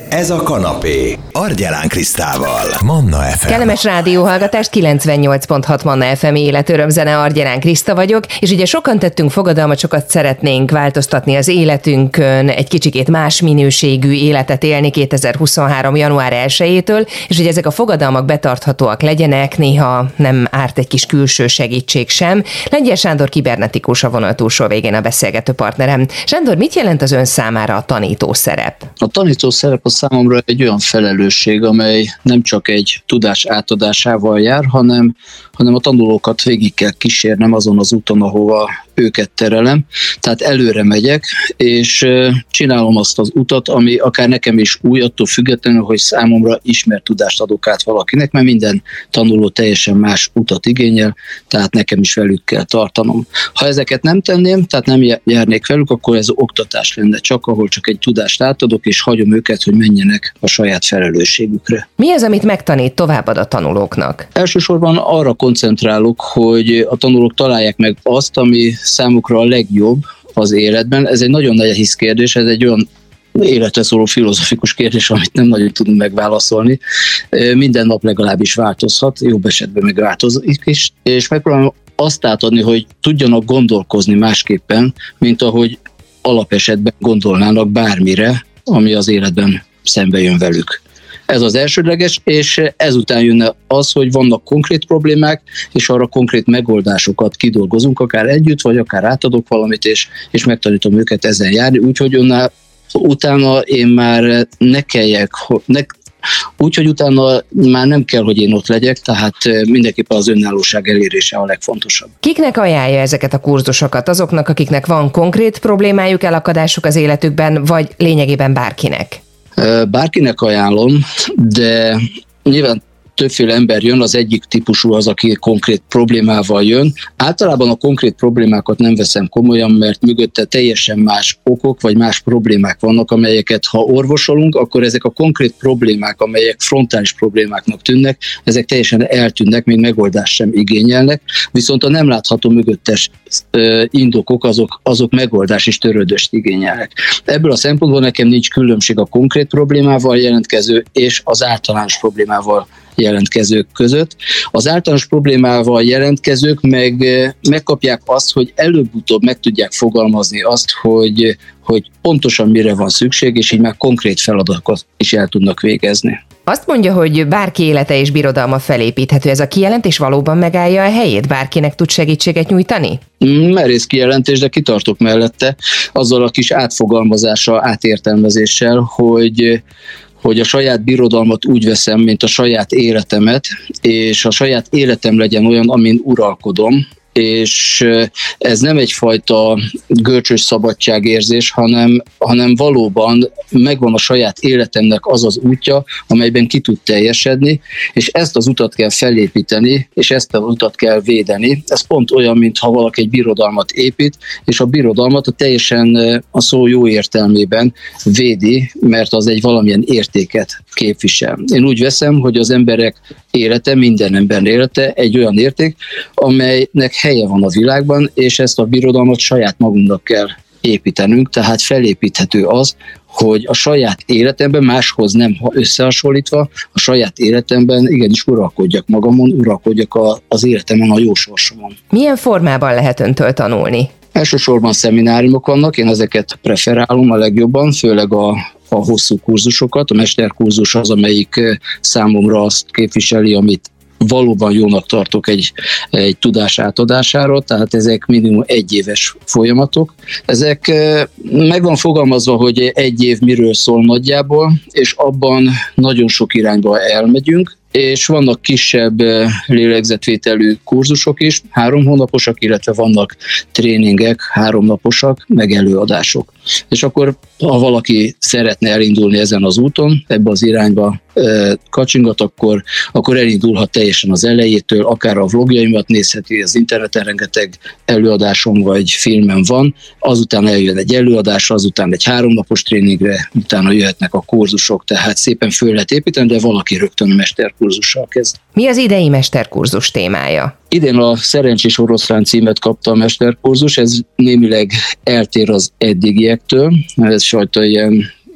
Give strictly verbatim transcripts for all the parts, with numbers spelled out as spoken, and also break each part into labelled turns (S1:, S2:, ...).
S1: Ez a kanapé. Argyelán Krisztával. Manna ef em.
S2: Kellemes rádióhallgatást, kilencvennyolc pont hat Manna ef em életörömzene, Argyelán Kriszta vagyok, és ugye sokan tettünk fogadalmat, sokat szeretnénk változtatni az életünkön, egy kicsikét más minőségű életet élni kétezer-huszonhárom. január elsejétől, és ugye ezek a fogadalmak betarthatóak legyenek, néha nem árt egy kis külső segítség sem. Lengyel Sándor kibernetikus a vonal túlsó végén a beszélgető partnerem. Sándor, mit jelent az ön számára a tanító szerep?
S3: A tanító szerep a számomra egy olyan felelősség, amely nem csak egy tudás átadásával jár, hanem, hanem a tanulókat végig kell kísérnem azon az úton, ahova őket terelem. Tehát előre megyek, és csinálom azt az utat, ami akár nekem is új, attól függetlenül, hogy számomra ismert tudást adok át valakinek, mert minden tanuló teljesen más utat igényel, tehát nekem is velük kell tartanom. Ha ezeket nem tenném, tehát nem járnék velük, akkor ez oktatás lenne csak, ahol csak egy tudást átadok, és hagyom őket, hogy menjenek a saját felelősségükre.
S2: Mi az, amit megtanít, továbbad a tanulóknak?
S3: Elsősorban arra koncentrálok, hogy a tanulók találják meg azt, ami számukra a legjobb az életben. Ez egy nagyon nehéz kérdés, ez egy olyan életre szóló filozofikus kérdés, amit nem nagyon tudunk megválaszolni. Minden nap legalábbis változhat, jobb esetben megváltozik is, és megpróbálom azt átadni, hogy tudjanak gondolkozni másképpen, mint ahogy alapesetben gondolnának bármire, ami az életben szembe jön velük. Ez az elsődleges, és ezután jönne az, hogy vannak konkrét problémák, és arra konkrét megoldásokat kidolgozunk, akár együtt, vagy akár átadok valamit, és, és megtanítom őket ezen járni, úgyhogy önnál, utána én már ne kelljek, ne, úgyhogy utána már nem kell, hogy én ott legyek, tehát mindenképpen az önállóság elérése a legfontosabb.
S2: Kiknek ajánlja ezeket a kurzusokat? Azoknak, akiknek van konkrét problémájuk, elakadásuk az életükben, vagy lényegében bárkinek?
S3: Bárkinek ajánlom, de nyilván többféle ember jön, az egyik típusú az, aki konkrét problémával jön. Általában a konkrét problémákat nem veszem komolyan, mert mögötte teljesen más okok, vagy más problémák vannak, amelyeket ha orvosolunk, akkor ezek a konkrét problémák, amelyek frontális problémáknak tűnnek, ezek teljesen eltűnnek, még megoldást sem igényelnek, viszont a nem látható mögöttes indokok, azok, azok megoldás és törődöst igényelnek. Ebből a szempontból nekem nincs különbség a konkrét problémával jelentkező és az általános problémával jelentkezők között. Az általános problémával jelentkezők meg megkapják azt, hogy előbb-utóbb meg tudják fogalmazni azt, hogy, hogy pontosan mire van szükség, és így már konkrét feladatokat is el tudnak végezni.
S2: Azt mondja, hogy bárki élete és birodalma felépíthető. Ez a kijelentés valóban megállja a helyét? Bárkinek tud segítséget nyújtani?
S3: Merész kijelentés, de kitartok mellette, azzal a kis átfogalmazással, átértelmezéssel, hogy hogy a saját birodalmat úgy veszem, mint a saját életemet, és a saját életem legyen olyan, amin uralkodom, és ez nem egyfajta görcsös szabadságérzés, hanem, hanem valóban megvan a saját életemnek az az útja, amelyben ki tud teljesedni, és ezt az utat kell felépíteni, és ezt az utat kell védeni. Ez pont olyan, mintha valaki egy birodalmat épít, és a birodalmat a teljesen a szó jó értelmében védi, mert az egy valamilyen értéket képvisel. Én úgy veszem, hogy az emberek élete, minden ember élete egy olyan érték, amelynek helye van a világban, és ezt a birodalmat saját magunknak kell építenünk, tehát felépíthető az, hogy a saját életemben, máshoz nem összehasonlítva, a saját életemben igenis uralkodjak magamon, uralkodjak a, az életemon, a jó sorsomon.
S2: Milyen formában lehet öntől tanulni?
S3: Elsősorban szemináriumok vannak, én ezeket preferálom a legjobban, főleg a a hosszú kurzusokat. A mesterkurzus az, amelyik számomra azt képviseli, amit valóban jónak tartok egy, egy tudás átadására, tehát ezek minimum egyéves folyamatok. Ezek meg van fogalmazva, hogy egy év miről szól nagyjából, és abban nagyon sok irányba elmegyünk, és vannak kisebb lélegzetvételű kurzusok is, három hónaposak, illetve vannak tréningek, háromnaposak, meg előadások. És akkor, ha valaki szeretne elindulni ezen az úton, ebbe az irányba kacsingat, akkor, akkor elindulhat teljesen az elejétől, akár a vlogjaimat nézheti, az interneten rengeteg előadásom vagy filmem van, azután eljön egy előadás, azután egy háromnapos tréningre, utána jöhetnek a kurzusok, tehát szépen föl lehet építeni, de valaki rögtön a mesterkurzussal kezd.
S2: Mi az idei mesterkurzus témája?
S3: Idén a Szerencsés Oroszlán címet kapta a mesterkurzus, ez némileg eltér az eddigiektől, ez sajta ilyen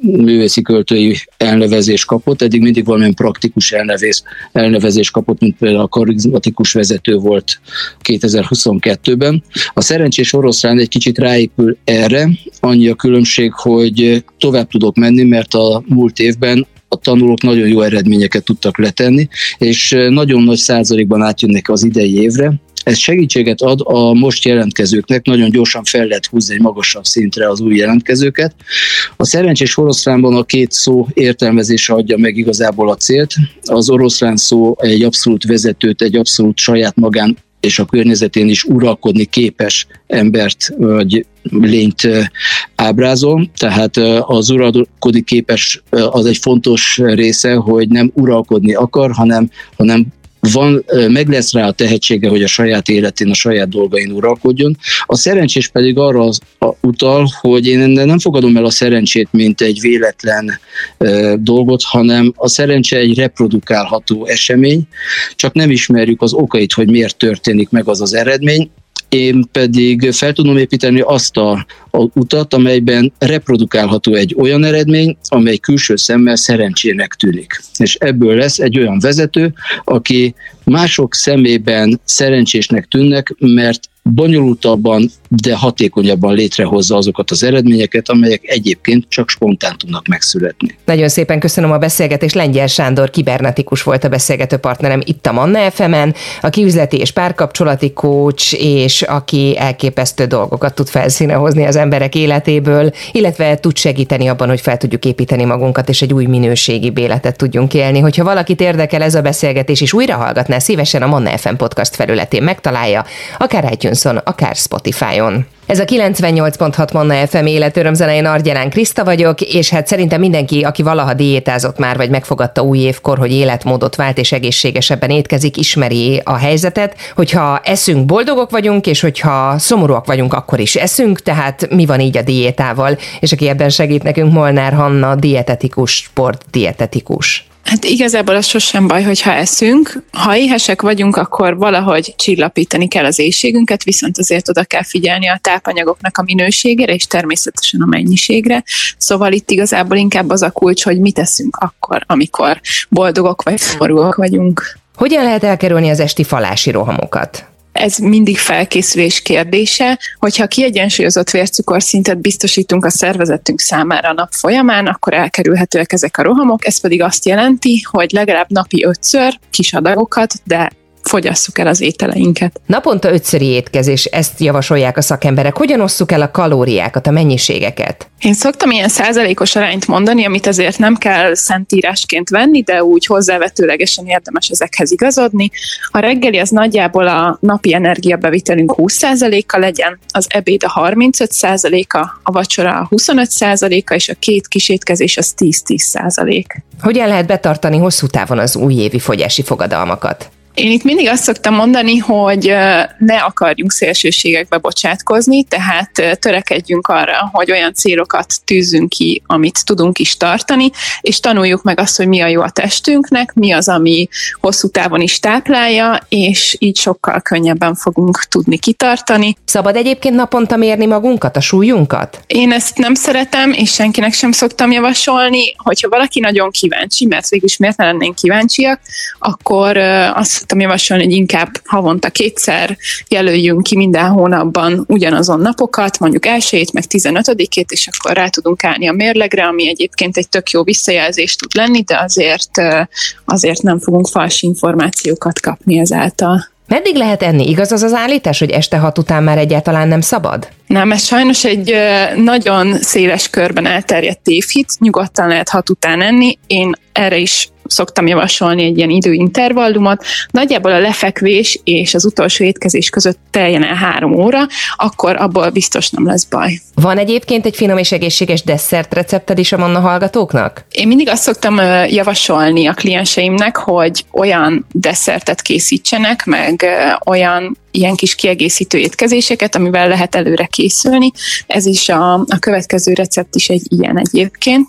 S3: művészi költői elnevezés kapott, eddig mindig valamilyen praktikus elnevezés, elnevezés kapott, mint például a karizmatikus vezető volt kétezer-huszonkettőben. A szerencsés oroszlán egy kicsit ráépül erre, annyi a különbség, hogy tovább tudok menni, mert a múlt évben a tanulók nagyon jó eredményeket tudtak letenni, és nagyon nagy százalékban átjönnek az idei évre. Ez segítséget ad a most jelentkezőknek, nagyon gyorsan fel lehet húzni egy magasabb szintre az új jelentkezőket. A szerencsés oroszlánban a két szó értelmezése adja meg igazából a célt. Az oroszlán szó egy abszolút vezetőt, egy abszolút saját magán és a környezetén is uralkodni képes embert vagy lényt ábrázol, tehát az uralkodni képes az egy fontos része, hogy nem uralkodni akar, hanem, hanem van, meg lesz rá a tehetsége, hogy a saját életén, a saját dolgain uralkodjon. A szerencsés pedig arra az, a, utal, hogy én nem fogadom el a szerencsét, mint egy véletlen e, dolgot, hanem a szerencse egy reprodukálható esemény, csak nem ismerjük az okait, hogy miért történik meg az az eredmény. Én pedig fel tudom építeni azt a, a utat, amelyben reprodukálható egy olyan eredmény, amely külső szemmel szerencsének tűnik. És ebből lesz egy olyan vezető, aki mások szemében szerencsésnek tűnnek, mert bonyolultabban, de hatékonyabban létrehozza azokat az eredményeket, amelyek egyébként csak spontán tudnak megszületni.
S2: Nagyon szépen köszönöm a beszélgetést. Lengyel Sándor kibernetikus volt a beszélgető partnerem itt a Manna ef emen, aki üzleti és párkapcsolati coach, és aki elképesztő dolgokat tud felszínre hozni az emberek életéből, illetve tud segíteni abban, hogy fel tudjuk építeni magunkat, és egy új minőségi életet tudjunk élni. Hogyha valakit érdekel ez a beszélgetés, és újra hallgatná, szívesen a Manna ef em podcast felületén megtalálja, akár iTunes-on, akár Spotify-on. Ez a kilencvennyolc pont hat Manna ef em életörömzene, én Argyelán Kriszta vagyok, és hát szerintem mindenki, aki valaha diétázott már, vagy megfogadta új évkor, hogy életmódot vált és egészségesebben étkezik, ismeri a helyzetet, hogyha eszünk, boldogok vagyunk, és hogyha szomorúak vagyunk, akkor is eszünk, tehát mi van így a diétával, és aki ebben segít nekünk, Molnár Hanna, dietetikus, sportdietetikus.
S4: Hát igazából az sosem baj, hogyha eszünk. Ha éhesek vagyunk, akkor valahogy csillapítani kell az éhségünket, viszont azért oda kell figyelni a tápanyagoknak a minőségére, és természetesen a mennyiségre. Szóval itt igazából inkább az a kulcs, hogy mit eszünk akkor, amikor boldogok vagy szomorúak vagyunk.
S2: Hogyan lehet elkerülni az esti falási rohamokat?
S4: Ez mindig felkészülés kérdése, hogyha kiegyensúlyozott vércukorszintet biztosítunk a szervezetünk számára a nap folyamán, akkor elkerülhetőek ezek a rohamok, ez pedig azt jelenti, hogy legalább napi ötször kis adagokat, de fogyasszuk el az ételeinket.
S2: Naponta ötszöri étkezés, ezt javasolják a szakemberek. Hogyan osszuk el a kalóriákat, a mennyiségeket?
S4: Én szoktam ilyen százalékos arányt mondani, amit azért nem kell szentírásként venni, de úgy hozzávetőlegesen érdemes ezekhez igazodni. A reggeli az nagyjából a napi energiabevitelünk húsz százaléka legyen, az ebéd a harmincöt százaléka, a vacsora a huszonöt százaléka, és a két kis étkezés az tíz-tíz százalék.
S2: Hogyan lehet betartani hosszú távon az újévi fogyási fogadalmakat?
S4: Én itt mindig azt szoktam mondani, hogy ne akarjunk szélsőségekbe bocsátkozni, tehát törekedjünk arra, hogy olyan célokat tűzzünk ki, amit tudunk is tartani, és tanuljuk meg azt, hogy mi a jó a testünknek, mi az, ami hosszú távon is táplálja, és így sokkal könnyebben fogunk tudni kitartani.
S2: Szabad egyébként naponta mérni magunkat, a súlyunkat?
S4: Én ezt nem szeretem, és senkinek sem szoktam javasolni, hogyha valaki nagyon kíváncsi, mert végülis miért ne lennénk kíváncsiak, akkor azt szoktam javasolni, hogy inkább havonta kétszer jelöljünk ki minden hónapban ugyanazon napokat, mondjuk elsőjét, meg tizenötödikét, és akkor rá tudunk állni a mérlegre, ami egyébként egy tök jó visszajelzés tud lenni, de azért, azért nem fogunk fals információkat kapni ezáltal.
S2: Meddig lehet enni? Igaz az az állítás, hogy este hat után már egyáltalán nem szabad?
S4: Nem, ez sajnos egy nagyon széles körben elterjedt tévhit, nyugodtan lehet hat után enni. Én erre is szoktam javasolni egy ilyen időintervallumot. Nagyjából a lefekvés és az utolsó étkezés között teljen el három óra, akkor abból biztos nem lesz baj.
S2: Van egyébként egy finom és egészséges desszert recepted is a Manna hallgatóknak?
S4: Én mindig azt szoktam javasolni a klienseimnek, hogy olyan desszertet készítsenek, meg olyan ilyen kis kiegészítő étkezéseket, amivel lehet előre készülni. Ez is a, a következő recept is egy ilyen egyébként.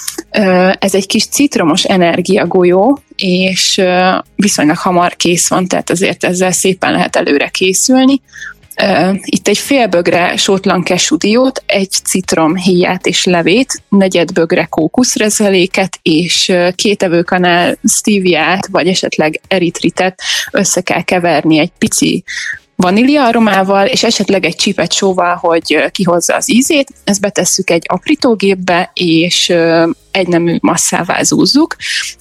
S4: Ez egy kis citromos energiagolyó, és viszonylag hamar kész van, tehát azért ezzel szépen lehet előre készülni. Itt egy fél bögre sótlan kesudiót, egy citrom héját és levét, negyed bögre kókuszrezeléket és két evőkanál stevia-t, vagy esetleg eritritet össze kell keverni egy pici vanília aromával, és esetleg egy csípet sóval, hogy kihozza az ízét. Ezt betesszük egy aprítógépbe, és egynemű masszává zúzzuk.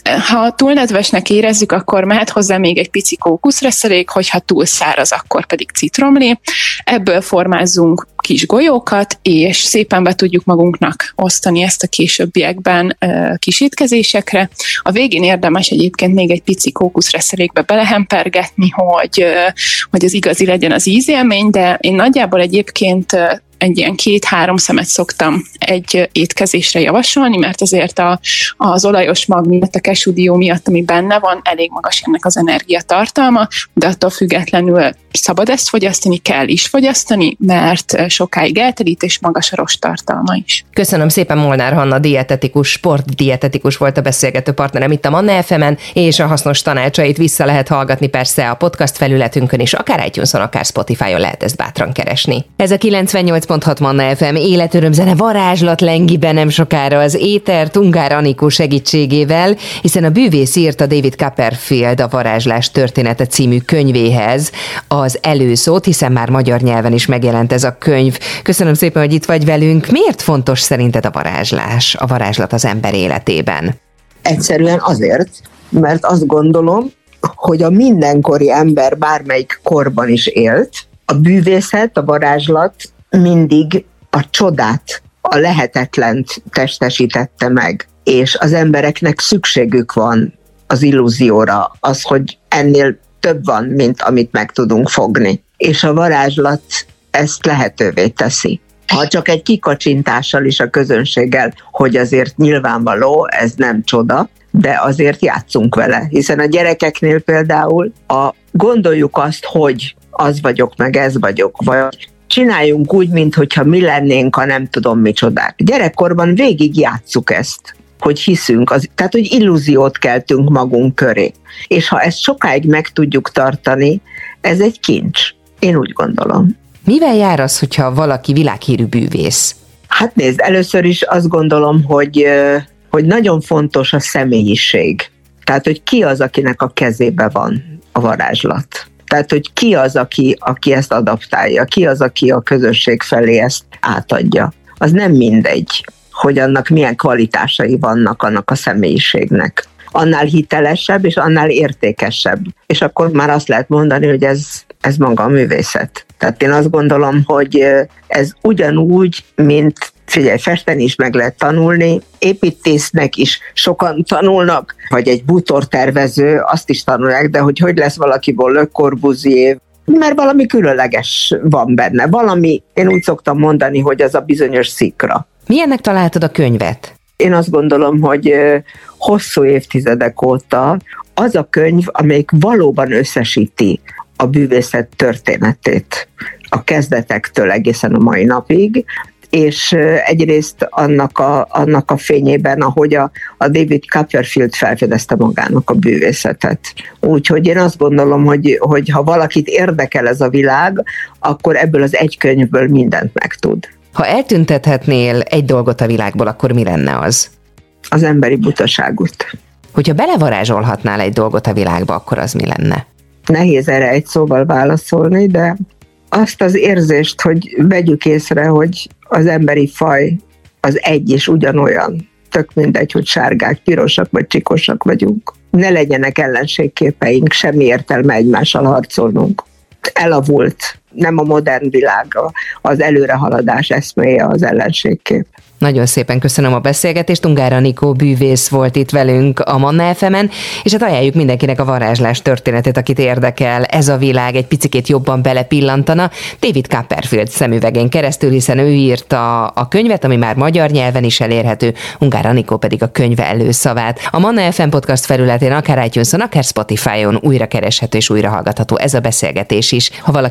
S4: Ha túl nedvesnek érezzük, akkor mehet hozzá még egy pici kókuszreszelék, hogyha túl száraz, akkor pedig citromlé. Ebből formázzunk kis golyókat, és szépen be tudjuk magunknak osztani ezt a későbbiekben kis étkezésekre. A végén érdemes egyébként még egy pici kókuszreszelékbe belehempergetni, hogy, hogy az igazi legyen az ízélmény, de én nagyjából egyébként egy ilyen két-három szemet szoktam egy étkezésre javasolni, mert azért a, az olajos mag miatt, a kesudió miatt, ami benne van, elég magas ennek az energiatartalma, de attól függetlenül szabad ezt fogyasztani, kell is fogyasztani, mert sokáig elterít, és magas a rosttartalma is.
S2: Köszönöm szépen, Molnár Hanna dietetikus, sportdietetikus volt a beszélgető partnerem itt a Manna ef emen, és a hasznos tanácsait vissza lehet hallgatni persze a podcast felületünkön is, akár iTunes-on, akár Spotify-on lehet ezt bátran keresni. Ez a kilencvennyolc pont hat Manna ef em életörömzene varázslat lengi be nem sokára az étert Ungár Anikó segítségével, hiszen a bűvész írta David Copperfield a Varázslás története című könyvéhez az előszót, hiszen már magyar nyelven is megjelent ez a könyv. Köszönöm szépen, hogy itt vagy velünk. Miért fontos szerinted a varázslás, a varázslat az ember életében?
S5: Egyszerűen azért, mert azt gondolom, hogy a mindenkori ember bármelyik korban is élt, a bűvészet, a varázslat mindig a csodát, a lehetetlent testesítette meg, és az embereknek szükségük van az illúzióra, az, hogy ennél több van, mint amit meg tudunk fogni. És a varázslat ezt lehetővé teszi. Ha csak egy kikacsintással is a közönséggel, hogy azért nyilvánvaló, ez nem csoda, de azért játszunk vele, hiszen a gyerekeknél például a gondoljuk azt, hogy az vagyok, meg ez vagyok, vagy csináljunk úgy, mintha mi lennénk a nem tudom micsodák. Gyerekkorban végig játsszuk ezt, hogy hiszünk, az, tehát hogy illúziót keltünk magunk köré. És ha ezt sokáig meg tudjuk tartani, ez egy kincs. Én úgy gondolom.
S2: Mivel jár az, hogyha valaki világhírű bűvész?
S5: Hát nézd, először is azt gondolom, hogy, hogy nagyon fontos a személyiség. Tehát, hogy ki az, akinek a kezébe van a varázslat. Tehát, hogy ki az, aki, aki ezt adaptálja, ki az, aki a közösség felé ezt átadja. Az nem mindegy, hogy annak milyen kvalitásai vannak annak a személyiségnek. Annál hitelesebb és annál értékesebb. És akkor már azt lehet mondani, hogy ez, ez maga a művészet. Tehát én azt gondolom, hogy ez ugyanúgy, mint figyelj, festeni is meg lehet tanulni, építésznek is sokan tanulnak, vagy egy bútortervező, azt is tanulják, de hogy hogy lesz valakiból Le Corbusier, mert valami különleges van benne. Valami, én úgy szoktam mondani, hogy az a bizonyos szikra.
S2: Milyennek találtad a könyvet?
S5: Én azt gondolom, hogy hosszú évtizedek óta az a könyv, amelyik valóban összesíti a bűvészet történetét a kezdetektől egészen a mai napig, és egyrészt annak a, annak a fényében, ahogy a, a David Copperfield felfedezte magának a bűvészetet. Úgyhogy én azt gondolom, hogy, hogy ha valakit érdekel ez a világ, akkor ebből az egy könyvből mindent megtud.
S2: Ha eltüntethetnél egy dolgot a világból, akkor mi lenne az?
S5: Az emberi butaságot.
S2: Hogyha belevarázsolhatnál egy dolgot a világba, akkor az mi lenne?
S5: Nehéz erre egy szóval válaszolni, de azt az érzést, hogy vegyük észre, hogy az emberi faj az egy és ugyanolyan. Tök mindegy, hogy sárgák, pirosak vagy csikosak vagyunk. Ne legyenek ellenségképeink, semmi értelme egymással harcolnunk. Elavult, nem a modern világ, az előrehaladás eszméje az ellenségkép.
S2: Nagyon szépen köszönöm a beszélgetést, Ungár Anikó bűvész volt itt velünk a Manna ef emen, és hát ajánljuk mindenkinek a varázslás történetét, akit érdekel ez a világ, egy picikét jobban belepillantana David Copperfield szemüvegén keresztül, hiszen ő írta a könyvet, ami már magyar nyelven is elérhető, Ungár Anikó pedig a könyve előszavát. A Manna ef em podcast felületén akár iTunes-on, akár Spotify-on újra kereshető és újra hallgatható ez a beszélgetés is. Ha valakinek kérdés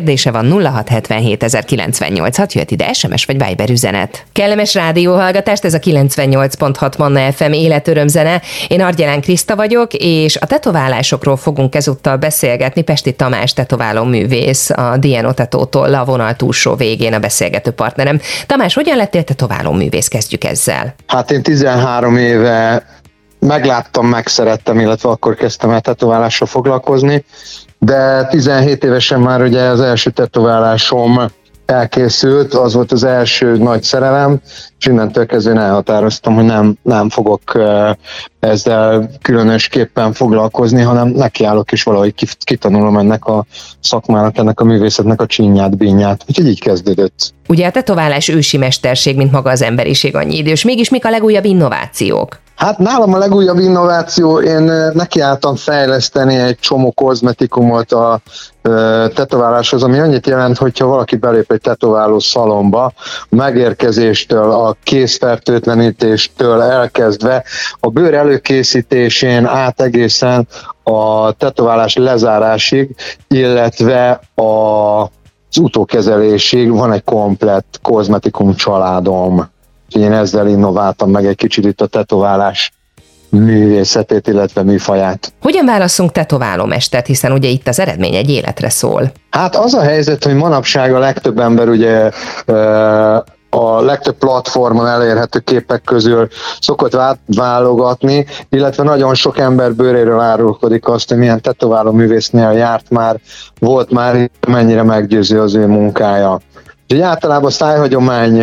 S2: kérdése van, nulla hat hetvenhét ezerkilencvennyolc. Jöhet ide es em es vagy Viber üzenet. Kellemes rádióhallgatást, ez a kilencvennyolc pont hat Manna ef em életörömzene. Én Argyelán Kriszta vagyok, és a tetoválásokról fogunk ezúttal beszélgetni. Pesti Tamás tetováló művész, a Dieno Tattoo-tól a vonal túlsó végén a beszélgető partnerem. Tamás, hogyan lettél tetováló művész? Kezdjük ezzel.
S6: Hát én tizenhárom éve megláttam, megszerettem, illetve akkor kezdtem el tetoválással foglalkozni, de tizenhét évesen már ugye az első tetoválásom elkészült, az volt az első nagy szerelem, és innentől kezdve elhatároztam, hogy nem, nem fogok ezzel különösképpen foglalkozni, hanem nekiállok és valahogy kitanulom ennek a szakmának, ennek a művészetnek a csínyát, bínyát. Úgyhogy így kezdődött.
S2: Ugye a tetoválás ősi mesterség, mint maga az emberiség annyi idős. Mégis mik a legújabb innovációk?
S6: Hát nálam a legújabb innováció, én nekiálltam fejleszteni egy csomó kozmetikumot a tetováláshoz, ami annyit jelent, hogyha valaki belép egy tetováló szalomba, a megérkezéstől, a kézfertőtlenítéstől elkezdve, a bőr előkészítésén át egészen a tetoválás lezárásig, illetve a az utókezelésig van egy komplett kozmetikum családom. Én ezzel innováltam meg egy kicsit itt a tetoválás művészetét, illetve műfaját.
S2: Hogyan válasszunk tetoválómestert, hiszen ugye itt az eredmény egy életre szól?
S6: Hát az a helyzet, hogy manapság a legtöbb ember ugye a legtöbb platformon elérhető képek közül szokott válogatni, illetve nagyon sok ember bőréről árulkodik azt, hogy milyen tetováló művésznél járt már, volt már, mennyire meggyőző az ő munkája. Úgyhogy általában a szájhagyomány,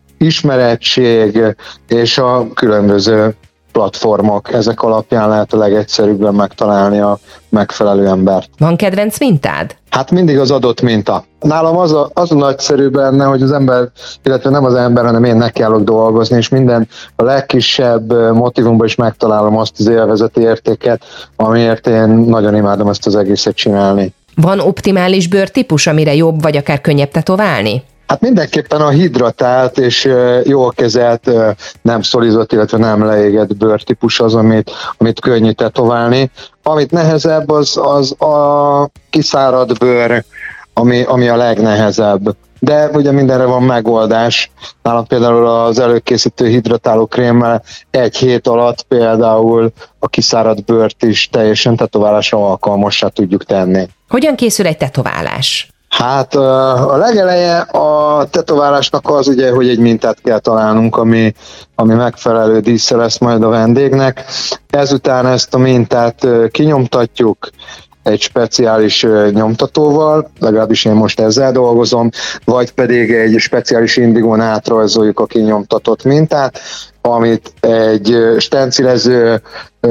S6: ismerettség és a különböző platformok, ezek alapján lehet a legegyszerűbben megtalálni a megfelelő embert.
S2: Van kedvenc mintád?
S6: Hát mindig az adott minta. Nálam az a, az a nagyszerű benne, hogy az ember, illetve nem az ember, hanem én nekiállok dolgozni, és minden a legkisebb motivumban is megtalálom azt az élvezeti értéket, amiért én nagyon imádom ezt az egészet csinálni.
S2: Van optimális bőrtípus, amire jobb vagy akár könnyebb tetoválni?
S6: Hát mindenképpen a hidratált és jól kezelt, nem szolizott, illetve nem leégett bőrtípus az, amit, amit könnyű tetoválni. Amit nehezebb, az, az a kiszáradt bőr, ami, ami a legnehezebb. De ugye mindenre van megoldás. Nálam például az előkészítő hidratáló krémmel egy hét alatt például a kiszáradt bőrt is teljesen tetoválásra alkalmassá tudjuk tenni.
S2: Hogyan készül egy tetoválás?
S6: Hát a legeleje a tetoválásnak az ugye, hogy egy mintát kell találnunk, ami, ami megfelelő dísze lesz majd a vendégnek. Ezután ezt a mintát kinyomtatjuk egy speciális nyomtatóval, legalábbis én most ezzel dolgozom, vagy pedig egy speciális indigón átrajzoljuk a kinyomtatott mintát, amit egy stencilező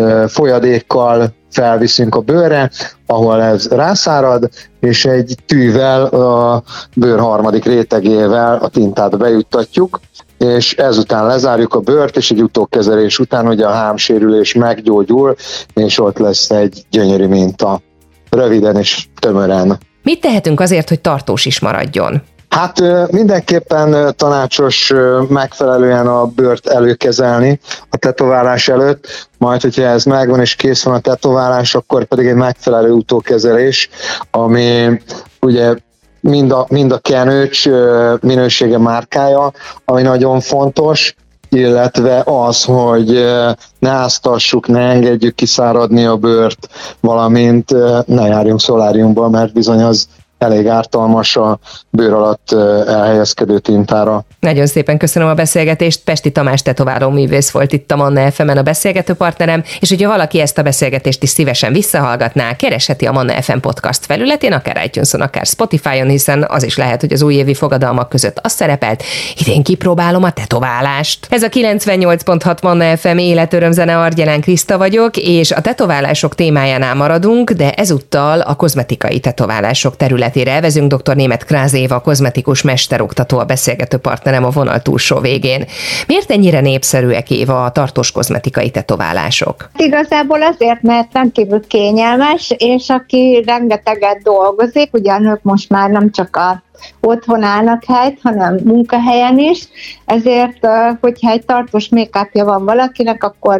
S6: folyadékkal felviszünk a bőrre, ahol ez rászárad, és egy tűvel a bőr harmadik rétegével a tintát bejuttatjuk, és ezután lezárjuk a bőrt, és egy utókezelés után ugye a hámsérülés meggyógyul, és ott lesz egy gyönyörű minta. Röviden és tömören.
S2: Mit tehetünk azért, hogy tartós is maradjon?
S6: Hát mindenképpen tanácsos megfelelően a bőrt előkezelni a tetoválás előtt, majd hogyha ez megvan és kész van a tetoválás, akkor pedig egy megfelelő utókezelés, ami ugye mind a, mind a kenőcs minősége, márkája, ami nagyon fontos, illetve az, hogy ne áztassuk, ne engedjük kiszáradni a bőrt, valamint ne járjunk szoláriumba, mert bizony az elég ártalmas a bőr alatt elhelyezkedő tintára.
S2: Nagyon szépen köszönöm a beszélgetést. Pesti Tamás tetováló művész volt itt a Manna ef emen a beszélgető partnerem, és hogyha valaki ezt a beszélgetést is szívesen visszahallgatná, keresheti a Manna ef em podcast felületén, akár iTunes-on, akár Spotify-on, hiszen az is lehet, hogy az újévi fogadalmak között az szerepelt. Idén kipróbálom a tetoválást. Ez a kilencvennyolc pont hat Manna ef em életörömzene, Argyelán Kriszta vagyok, és a tetoválások témájánál maradunk, de ezúttal a kozmetikai tetoválások területén elvezünk. dr. Németh Kráz Éva, kozmetikus mesteroktató, a beszélgető partnerem a vonal túlsó végén. Miért ennyire népszerűek, Éva, a tartós kozmetikai tetoválások?
S7: Igazából azért, mert rendkívül kényelmes, és aki rengeteget dolgozik, ugye a nők most már nem csak a otthon állnak helyt, hanem munkahelyen is, ezért, hogyha egy tartós make-upja van valakinek, akkor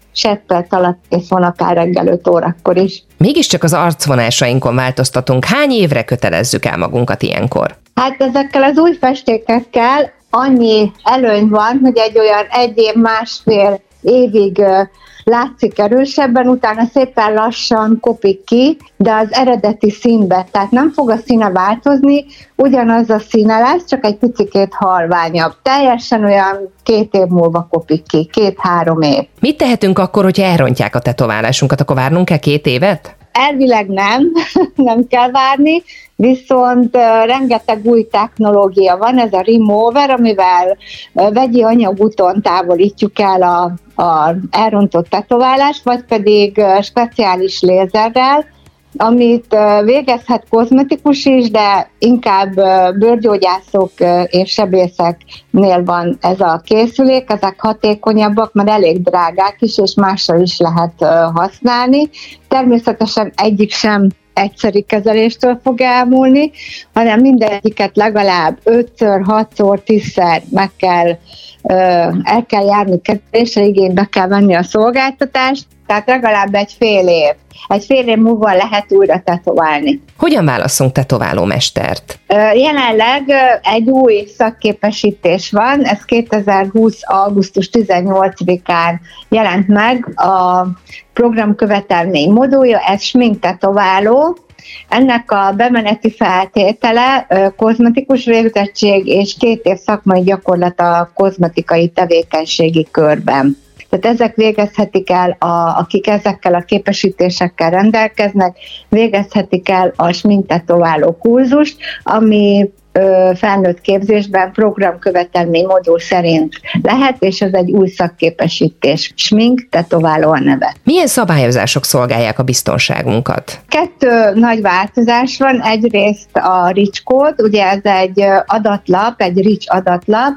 S7: se perc alatt kész van, akár reggel öt órakor is.
S2: Mégiscsak az arcvonásainkon változtatunk. Hány évre kötelezzük el magunkat ilyenkor?
S7: Hát ezekkel az új festékekkel annyi előny van, hogy egy olyan egy év, másfél évig látszik erősebben, utána szépen lassan kopik ki, de az eredeti színbe, tehát nem fog a színe változni, ugyanaz a színe lesz, csak egy picikét halványabb. Teljesen olyan két év múlva kopik ki, két-három év.
S2: Mit tehetünk akkor, hogyha elrontják a tetoválásunkat, akkor várnunk kell két évet?
S7: Elvileg nem, nem kell várni, viszont uh, rengeteg új technológia van, ez a remover, amivel uh, vegyi anyagúton távolítjuk el a, a elrontott tetoválást, vagy pedig uh, speciális lézerrel, amit uh, végezhet kozmetikus is, de inkább uh, bőrgyógyászok uh, és sebészeknél van ez a készülék, ezek hatékonyabbak, mert elég drágák is, és mással is lehet uh, használni. Természetesen egyik sem egyszeri kezeléstől fog elmúlni, hanem mindegyiket legalább ötször, hatszor, tízszer meg kell, uh, el kell járni kezelésre, igénybe kell venni a szolgáltatást, tehát legalább egy fél év. Egy fél év múlva lehet újra tetoválni.
S2: Hogyan válasszunk tetováló mestert?
S7: Jelenleg egy új szakképesítés van, ez kétezer-húsz. augusztus tizennyolcadikán jelent meg a programkövetelmény modulja, ez sminktetováló. Ennek a bemeneti feltétele kozmetikus végzettség és két év szakmai gyakorlat a kozmetikai tevékenységi körben. Tehát ezek végezhetik el, a, akik ezekkel a képesítésekkel rendelkeznek, végezhetik el a sminktetováló kurzust, ami ö, felnőtt képzésben programkövetelmény modul szerint lehet, és ez egy új szakképesítés. Sminktetováló a neve.
S2: Milyen szabályozások szolgálják a biztonságunkat?
S7: Kettő nagy változás van. Egyrészt a REACH kód, ugye ez egy adatlap, egy REACH adatlap,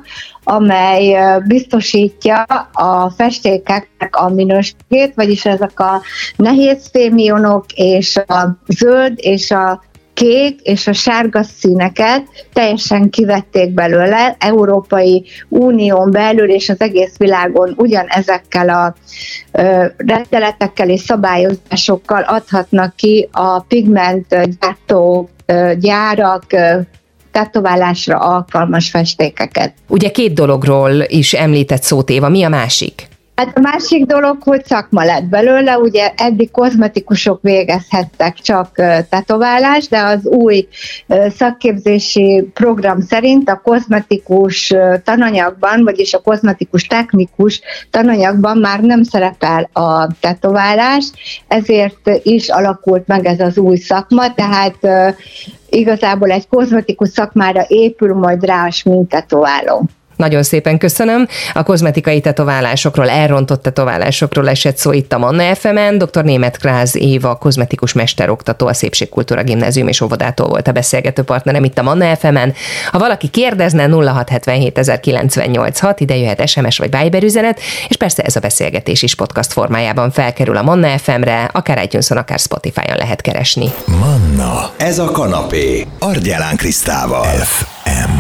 S7: amely biztosítja a festékeknek a minőségét, vagyis ezek a nehéz fémionok és a zöld és a kék és a sárga színeket teljesen kivették belőle, Európai Unión belül és az egész világon ugyanezekkel a ö, rendeletekkel és szabályozásokkal adhatnak ki a pigment gyártó ö, gyárak, ö, tetoválásra alkalmas festékeket.
S2: Ugye két dologról is említett szót, Éva, mi a másik?
S7: Hát a másik dolog, hogy szakma lett belőle, ugye eddig kozmetikusok végezhettek csak tetoválást, de az új szakképzési program szerint a kozmetikus tananyagban, vagyis a kozmetikus technikus tananyagban már nem szerepel a tetoválás, ezért is alakult meg ez az új szakma, tehát igazából egy kozmetikus szakmára épül majd rá a sminktetováló.
S2: Nagyon szépen köszönöm. A kozmetikai tetoválásokról, elrontott tetoválásokról esett szó itt a Manna ef emen. dr. Németh Kráz Éva, kozmetikus mesteroktató, a Szépségkultúra Gimnázium és óvodától volt a beszélgető partnerem itt a Manna ef emen. Ha valaki kérdezne, nulla hat hetvenhét ezerkilencszáznyolcvanhat hat, ide jöhet es em es vagy Viber üzenet, és persze ez a beszélgetés is podcast formájában felkerül a Manna ef emre, akár iTunes-on, akár Spotify-on lehet keresni.
S1: Manna, ez a kanapé, Argyelán Krisztával. ef em